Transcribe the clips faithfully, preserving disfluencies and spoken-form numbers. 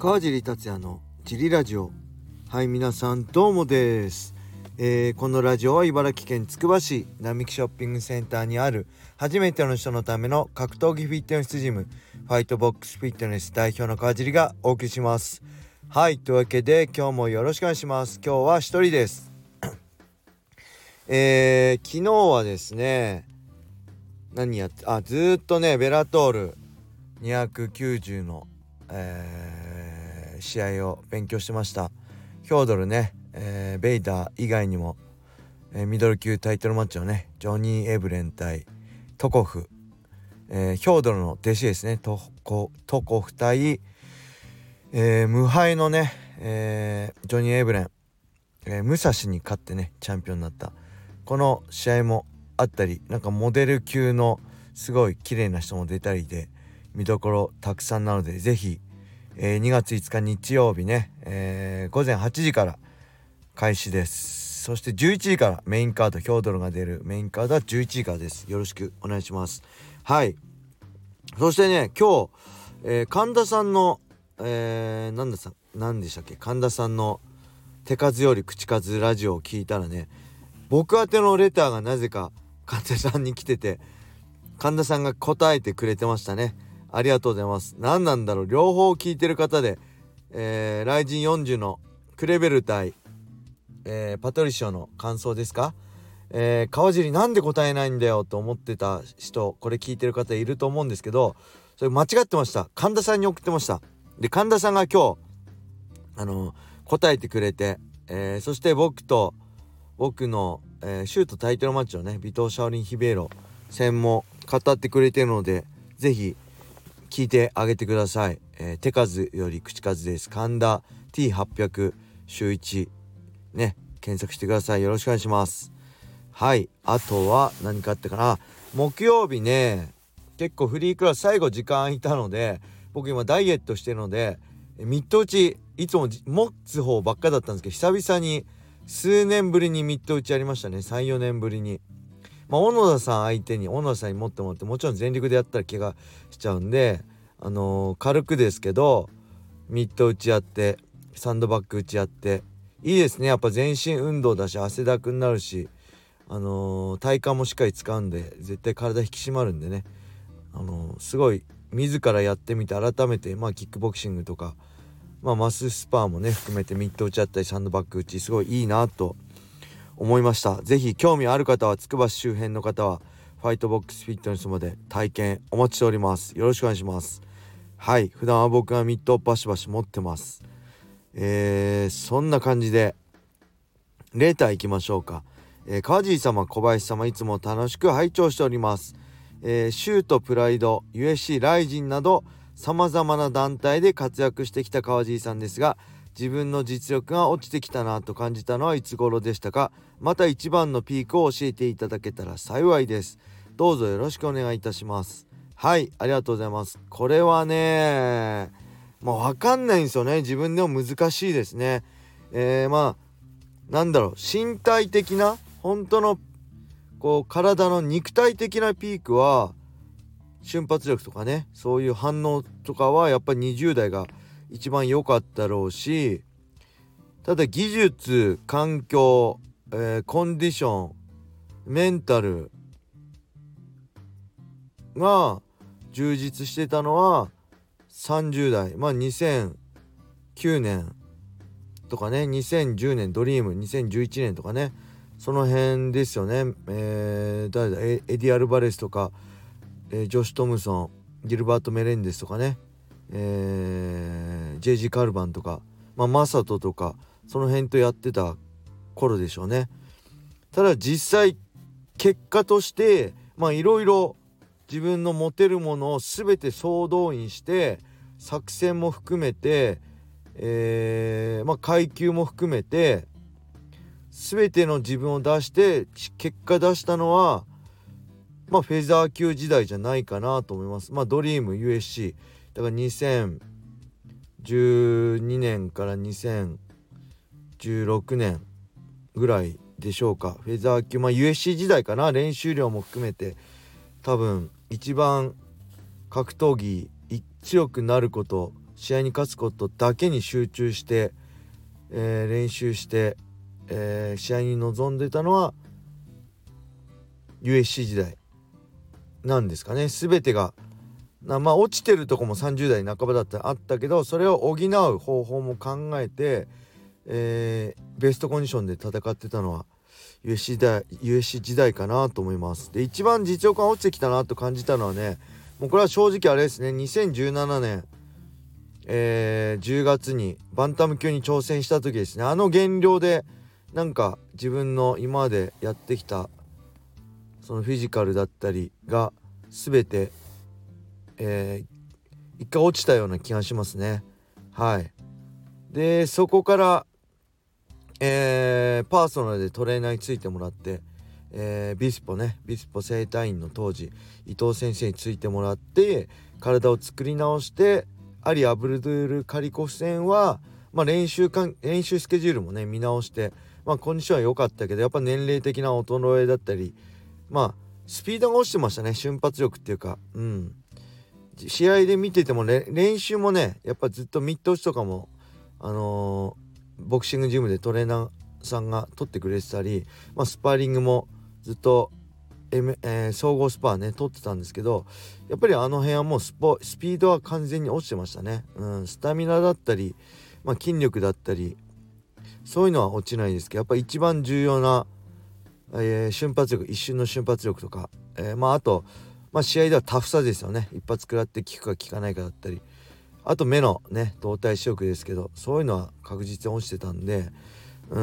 川尻達也のジリラジオ。はい、皆さんどうもです、えー、このラジオは茨城県つくば市並木ショッピングセンターにある初めての人のための格闘技フィットネスジム、ファイトボックスフィットネス代表の川尻がお送りします。はい、というわけで今日もよろしくお願いします。今日は一人ですえー、昨日はですね何やってあずーっとねベラトールにひゃくきゅうじゅうの、えー、試合を勉強してました。ヒョードルね、えー、ベイダー以外にも、えー、ミドル級タイトルマッチをねジョニー・エブレン対トコフ、えー、ヒョードルの弟子ですねトコ、トコフ対、えー、無敗のね、えー、ジョニー・エブレン、えー、武蔵に勝ってねチャンピオンになったこの試合もあったり、なんかモデル級のすごい綺麗な人も出たりで見どころたくさんなので、ぜひ、えー、にがついつか日曜日ね、えー、ごぜんはちじから開始です。そしてじゅういちじからメインカード、ヒョードルが出るメインカードはじゅういちじからです。よろしくお願いします。はい、そしてね今日、えー、神田さんの、えー、なんださなんでしたっけ神田さんの手数より口数ラジオを聞いたらね、僕宛てのレターがなぜか神田さんに来てて、神田さんが答えてくれてましたね。ありがとうございます。何なんだろう、両方聞いてる方で、えー、ライジンよんじゅうのクレベル対、えー、パトリシオの感想ですか。えー、川尻なんで答えないんだよと思ってた人、これ聞いてる方いると思うんですけど、それ間違ってました。神田さんに送ってました。で神田さんが今日あの答えてくれて、えー、そして僕と僕の、えー、シュートタイトルマッチをねビトー・シャオリン・ヒベイロ戦も語ってくれてるので、ぜひ聞いてあげてください。えー、手数より口数です。神田 ティーはっぴゃく 週いちね検索してください。よろしくお願いします。はい、あとは何かあったかな。木曜日ね結構フリークラス最後時間空いたので、僕今ダイエットしてるのでミッド打ちいつも持つ方ばっかだったんですけど、久々に数年ぶりにミッド打ちやりましたね。 さん,よ 年ぶりに。まあ小野田さん相手に小野田さんに持ってもらって、もちろん全力でやったら怪我しちゃうんで、あのー、軽くですけどミッド打ちやってサンドバッグ打ちやっていいですね。やっぱ全身運動だし汗だくになるし、あのー、体幹もしっかり使うんで絶対体引き締まるんでね、あのー、すごい自らやってみて改めて、まあキックボクシングとか、まあマススパーもね含めてミッド打ちやったりサンドバッグ打ちすごいいいなと思いました。ぜひ興味ある方は、つくば市周辺の方はファイトボックスフィットネスまで体験お待ちしております。よろしくお願いします。はい、普段は僕がミッドをバシバシ持ってます。えー、そんな感じでレーター行きましょうか。えー、川尻様、小林様、いつも楽しく拝聴しております。えー、シュートプライド ユーエフシー ライジンなど様々な団体で活躍してきた川尻さんですが、自分の実力が落ちてきたなと感じたのはいつ頃でしたか。また一番のピークを教えていただけたら幸いです。どうぞよろしくお願いいたします。はい、ありがとうございます。これはねもう分かんないんですよね。自分でも難しいですね。えー、まあなんだろう、身体的な本当のこう体の肉体的なピークは瞬発力とかね、そういう反応とかはやっぱりにじゅう代が一番良かったろうし、ただ技術、環境、えー、コンディション、メンタルが充実してたのはさんじゅう代、まあにせんきゅうねんとかね、にせんじゅうねんドリーム、にせんじゅういちねんとかね、その辺ですよね。えー、誰だエエディ・アルバレスとか、えー、ジョシュ・トムソン、ギルバート・メレンデスとかね、えー、ジェイジー・カルバンとか、まあ、マサトとかその辺とやってた頃でしょうね。ただ実際結果としてまあいろいろ自分の持てるものを全て総動員して作戦も含めて、えー、まあ階級も含めて全ての自分を出して結果出したのはまあフェザー級時代じゃないかなと思います。まあドリーム ユーエフシーだからにせんじゅうにねんからにせんじゅうろくねんぐらいでしょうか。フェザー級、まあ ユーエフシー 時代かな。練習量も含めて多分一番格闘技強くなること試合に勝つことだけに集中して、えー、練習して、えー、試合に臨んでたのは ユーエーシー 時代なんですかね。全てがまあ落ちてるとこもさんじゅう代半ばだったあったけど、それを補う方法も考えて、えー、ベストコンディションで戦ってたのは ユーエーシー 時代、ユーエーシー 時代かなと思います。で一番実力が落ちてきたなと感じたのはね、もうこれは正直あれですね、にせんじゅうななねん、えー、じゅうがつにバンタム級に挑戦した時ですね。あの減量でなんか自分の今までやってきたそのフィジカルだったりが全て、えー、一回落ちたような気がしますね。はい。でそこから、えー、パーソナルでトレーナーについてもらって、えー、ビスポねビスポ整体院の当時伊藤先生についてもらって体を作り直して、アリ・アブルドゥール・カリコフ戦は、まあ、練習かん練習スケジュールもね見直して、まあ、コンディションは良かったけどやっぱ年齢的な衰えだったり、まあスピードが落ちてましたね。瞬発力っていうか、うん試合で見てても練習もねやっぱずっとミット打ちとかもあのー、ボクシングジムでトレーナーさんが取ってくれてたり、まあ、スパーリングもずっと、M えー、総合スパーね取ってたんですけど、やっぱりあの辺はもうスポスピードは完全に落ちてましたね。うん、スタミナだったり、まあ、筋力だったりそういうのは落ちないですけど、やっぱ一番重要な、えー、瞬発力、一瞬の瞬発力とか、えー、まああと、まあ、試合ではタフさですよね。一発食らって効くか効かないかだったり、あと目のね動体視力ですけど、そういうのは確実に落ちてたんで、うん、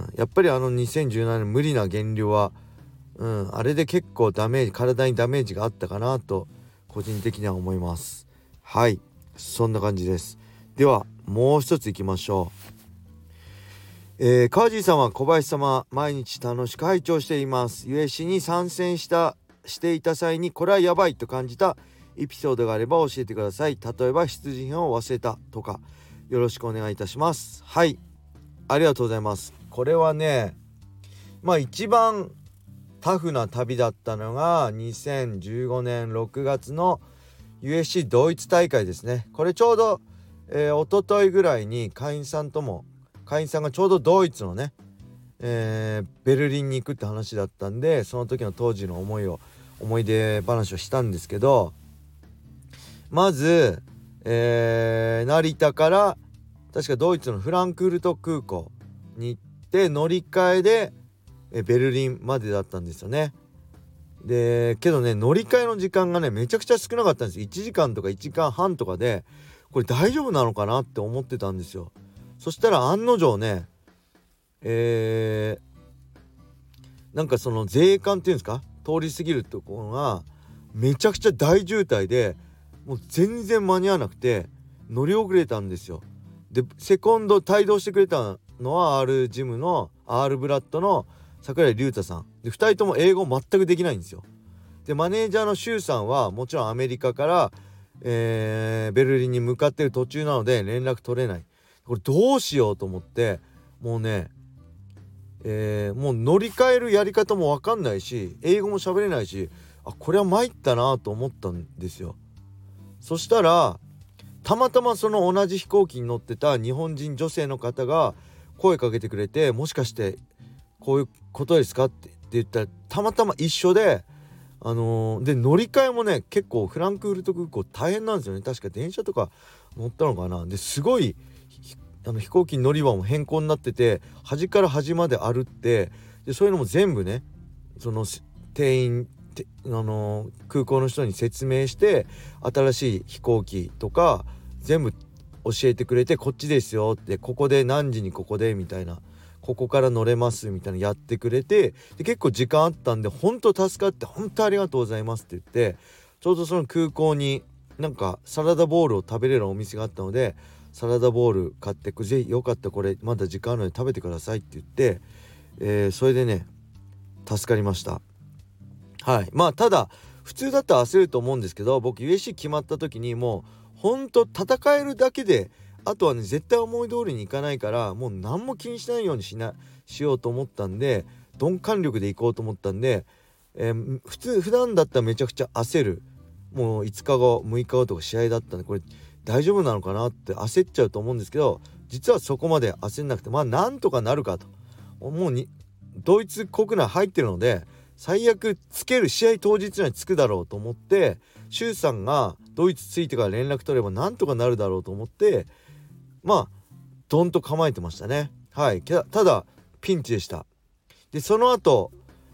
やっぱりあのにせんじゅうななねん無理な減量は、うん、あれで結構ダメージ体にダメージがあったかなと個人的には思います。はい、そんな感じです。ではもう一ついきましょう。えー、川地さんは小林様毎日楽しく拝聴しています。 ユーエーシー に参戦したしていた際にこれはやばいと感じたエピソードがあれば教えてください。例えば必需品を忘れたとか、よろしくお願いいたします。はい、ありがとうございます。これはね、まあ一番タフな旅だったのがにせんじゅうごねんろくがつの ユーエフシー ドイツ大会ですね。これちょうど、えー、一昨日ぐらいに会員さんとも会員さんがちょうどドイツのね、えー、ベルリンに行くって話だったんで、その時の当時の思いを思い出話をしたんですけど、まず、えー、成田から確かドイツのフランクフルト空港に行って乗り換えでえベルリンまでだったんですよね。でけどね乗り換えの時間がねめちゃくちゃ少なかったんですよ。いちじかんとかいちじかんはんとかで、これ大丈夫なのかなって思ってたんですよ。そしたら案の定ね、えー、なんかその税関っていうんですか、通り過ぎるところがめちゃくちゃ大渋滞で、もう全然間に合わなくて乗り遅れたんですよ。でセコンド帯同してくれたのは R ジムの R ブラッドの桜井隆太さんで、ふたりとも英語全くできないんですよ。でマネージャーのシュウさんはもちろんアメリカから、えー、ベルリンに向かってる途中なので連絡取れない。これどうしようと思って、もうね、えー、もう乗り換えるやり方も分かんないし英語も喋れないし、あこれは参ったなと思ったんですよ。そしたらたまたまその同じ飛行機に乗ってた日本人女性の方が声かけてくれて、もしかしてこういうことですかって言ったらたまたま一緒で、あのー、で乗り換えもね結構フランクフルト空港大変なんですよね。確か電車とか乗ったのかな。ですごいあの飛行機乗り場も変更になってて、端から端まで歩って、でそういうのも全部ねその店員あのー、空港の人に説明して、新しい飛行機とか全部教えてくれて、こっちですよって、ここで何時にここでみたいな、ここから乗れますみたいなやってくれて、で結構時間あったんで本当助かって本当ありがとうございますって言って、ちょうどその空港になんかサラダボールを食べれるお店があったので、サラダボール買って、ぜひよかったこれまだ時間あるので食べてくださいって言って、えー、それでね助かりました。はい、まあただ普通だったら焦ると思うんですけど、僕 ユーエフシー 決まった時にもうほんと戦えるだけで、あとはね絶対思い通りにいかないから、もう何も気にしないようにしなしようと思ったんで、鈍感力でいこうと思ったんで、えー、普通普段だったらめちゃくちゃ焦る、もういつかごむいかごとか試合だったんで、これ大丈夫なのかなって焦っちゃうと思うんですけど、実はそこまで焦んなくて、まあなんとかなるかと、もうにドイツ国内入ってるので最悪つける試合当日にはつくだろうと思って、周さんがドイツ着いてから連絡取ればなんとかなるだろうと思って、まあドンと構えてましたね。はい。ただピンチでした。でその後、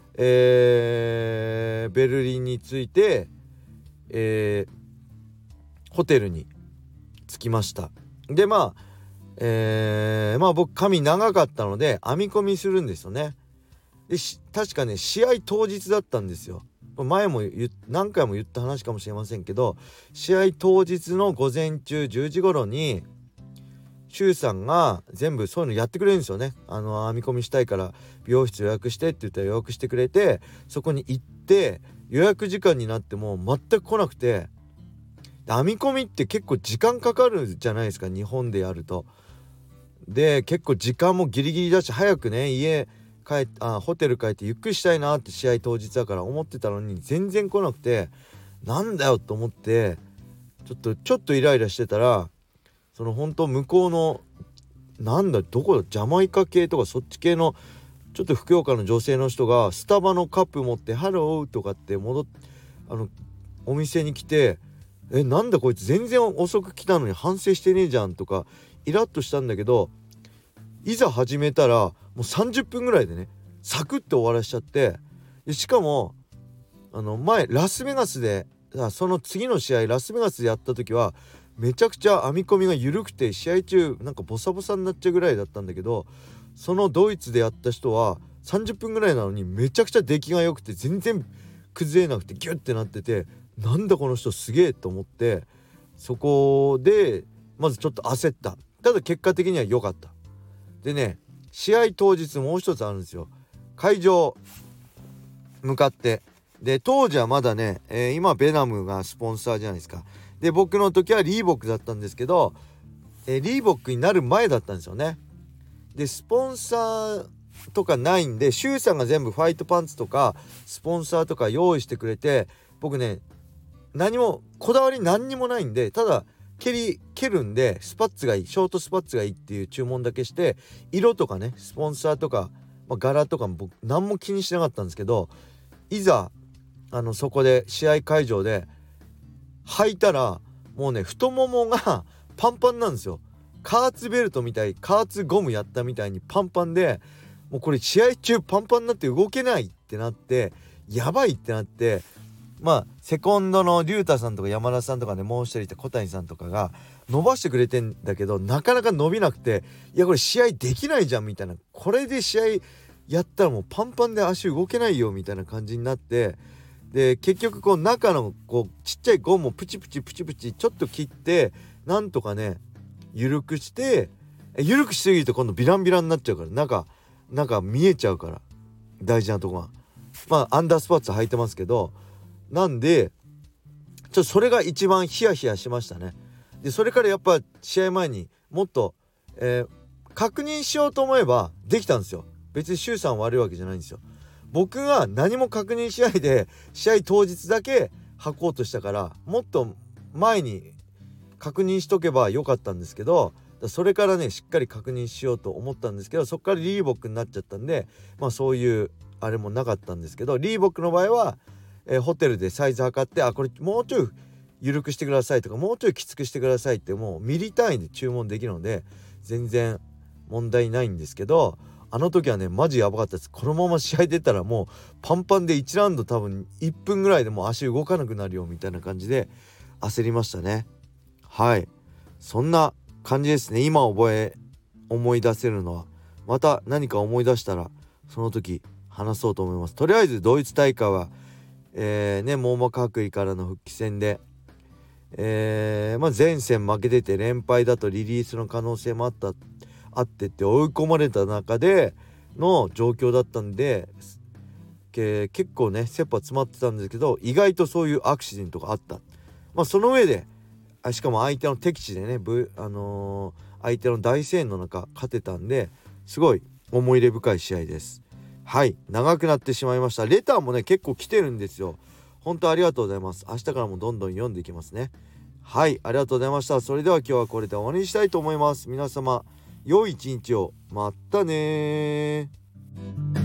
えー、ベルリンに着いて、えー、ホテルに着きました。でまあ、えー、まあ僕髪長かったので編み込みするんですよね。で確かね試合当日だったんですよ。前も何回も言った話かもしれませんけど、試合当日の午前中じゅうじ頃に周さんが全部そういうのやってくれるんですよね。あの編み込みしたいから美容室予約してって言ったら予約してくれて、そこに行って予約時間になっても全く来なくて、編み込みって結構時間かかるじゃないですか、日本でやると。で結構時間もギリギリだし、早くね家帰っあホテル帰ってゆっくりしたいなって試合当日だから思ってたのに全然来なくて、なんだよと思ってちょっとちょっとイライラしてたら、その本当向こうのなんだどこだジャマイカ系とかそっち系のちょっとふくよかな女性の人がスタバのカップ持ってハローとかって戻っあのお店に来て、えなんだこいつ全然遅く来たのに反省してねえじゃんとかイラッとしたんだけど、いざ始めたらもうさんじゅっぷんぐらいでねサクッと終わらしちゃって、でしかもあの前ラスベガスでその次の試合ラスベガスでやった時はめちゃくちゃ編み込みが緩くて試合中なんかボサボサになっちゃうぐらいだったんだけど、そのドイツでやった人はさんじゅっぷんぐらいなのにめちゃくちゃ出来が良くて全然崩れなくてギュッてなってて、なんだこの人すげえと思って、そこでまずちょっと焦った。ただ結果的には良かった。でね試合当日もう一つあるんですよ。会場向かって、で当時はまだね、えー、今ベナムがスポンサーじゃないですか。で僕の時はリーボックだったんですけど、えー、リーボックになる前だったんですよね。でスポンサーとかないんで、シュウさんが全部ファイトパンツとかスポンサーとか用意してくれて、僕ね何もこだわり何にもないんで、ただ蹴り蹴るんでスパッツがいい、ショートスパッツがいいっていう注文だけして、色とかねスポンサーとか、まあ、柄とかも僕何も気にしなかったんですけど、いざあのそこで試合会場で履いたらもうね太ももがパンパンなんですよ。カーツベルトみたい、カーツゴムやったみたいにパンパンで、もうこれ試合中パンパンになって動けないってなって、やばいってなって、まあセコンドの龍太さんとか山田さんとかね、もう一人いた小谷さんとかが伸ばしてくれてんだけど、なかなか伸びなくて、いやこれ試合できないじゃんみたいな、これで試合やったらもうパンパンで足動けないよみたいな感じになって、で結局こう中のこうちっちゃいゴムをプチプチプチプチちょっと切って、なんとかね緩くして、緩くしすぎると今度ビランビランになっちゃうから、中中見えちゃうから、大事なとこがまあアンダースパッツ履いてますけど、なんでちょっとそれが一番ヒヤヒヤしましたね。でそれからやっぱ試合前にもっと、えー、確認しようと思えばできたんですよ。別に周さん悪いわけじゃないんですよ。僕が何も確認しないで試合当日だけ履こうとしたから、もっと前に確認しとけばよかったんですけど、それからねしっかり確認しようと思ったんですけど、そっからリーボックになっちゃったんで、まあそういうあれもなかったんですけど、リーボックの場合は、えー、ホテルでサイズ測って、あこれもうちょい緩くしてくださいとか、もうちょいきつくしてくださいってもうミリ単位で注文できるので全然問題ないんですけど、あの時はねマジやばかったです。このまま試合出たらもうパンパンでいちラウンド多分いっぷんぐらいでもう足動かなくなるよみたいな感じで焦りましたね。はい、そんな感じですね。今覚え思い出せるのは、また何か思い出したらその時話そうと思います。とりあえずドイツ大会はえー、ね網膜剥離からの復帰戦で、えー、まあ前戦負けてて連敗だとリリースの可能性もあったあってって追い込まれた中での状況だったんで、け結構ね切羽詰まってたんですけど、意外とそういうアクシデントがあった。まあその上であしかも相手の敵地でね、ブあのー、相手の大声援の中勝てたんで、すごい思い入れ深い試合です。はい、長くなってしまいました。レターもね結構来てるんですよ。本当ありがとうございます。明日からもどんどん読んでいきますね。 はい、ありがとうございました。それでは今日はこれで終わりにしたいと思います。皆様良い一日を。またねー。